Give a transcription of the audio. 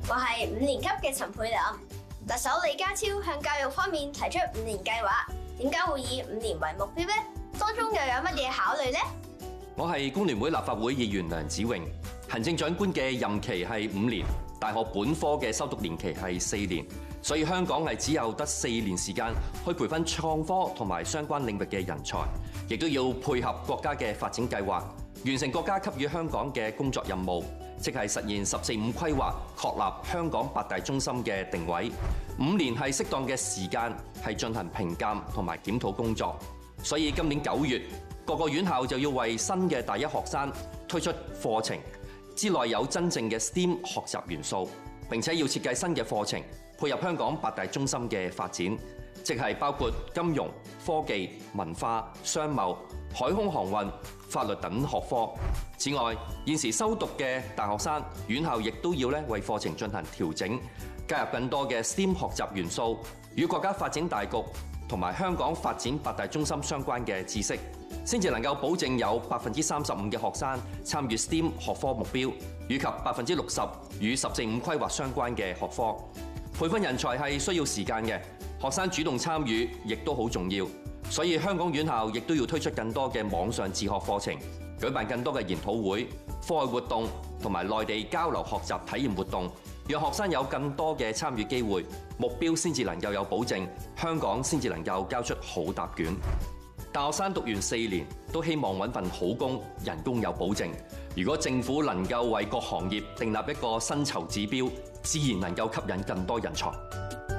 我係5年級嘅陳佩琳。特首李家超向教育方面提出5年計劃，點解會以5年為目標呢？當中又有乜嘢考慮呢？ 我係工聯會立法會議員梁子穎。行政長官嘅任期係5年，大學本科嘅修讀年期係4年，所以香港係只有得4年時間去培訓創科同埋相關領域嘅人才，亦都要配合國家嘅發展計劃，完成國家給予香港嘅工作任務，即係實現十四五規劃確立香港8大中心嘅定位。5年係適當嘅時間，係進行評鑑同埋檢討工作。所以今年9月，各個院校就要為新嘅大一學生推出課程，之內有真正嘅 STEAM 學習元素，並且要設計新嘅課程，配合香港8大中心嘅發展，即係包括金融、科技、文化、商貿、海空航運、法律等學科。此外，現時修讀嘅大學生，院校亦都要為課程進行調整，加入更多嘅 STEAM 學習元素，與國家發展大局同埋香港發展8大中心相關嘅知識，先至能夠保證有35%嘅學生參與 STEAM 學科目標，以及60%與十四五規劃相關嘅學科。培訓人才係需要時間嘅，學生主動參與亦都好重要。所以香港院校亦都要推出更多嘅網上自學課程，舉辦更多嘅研討會、課外活動同埋內地交流學習體驗活動，讓學生有更多嘅參與機會，目標先至能夠有保證，香港先至能夠交出好答卷。大學生讀完4年都希望揾份好工，人工有保證。如果政府能夠為各行業訂立一個薪酬指標，自然能夠吸引更多人才。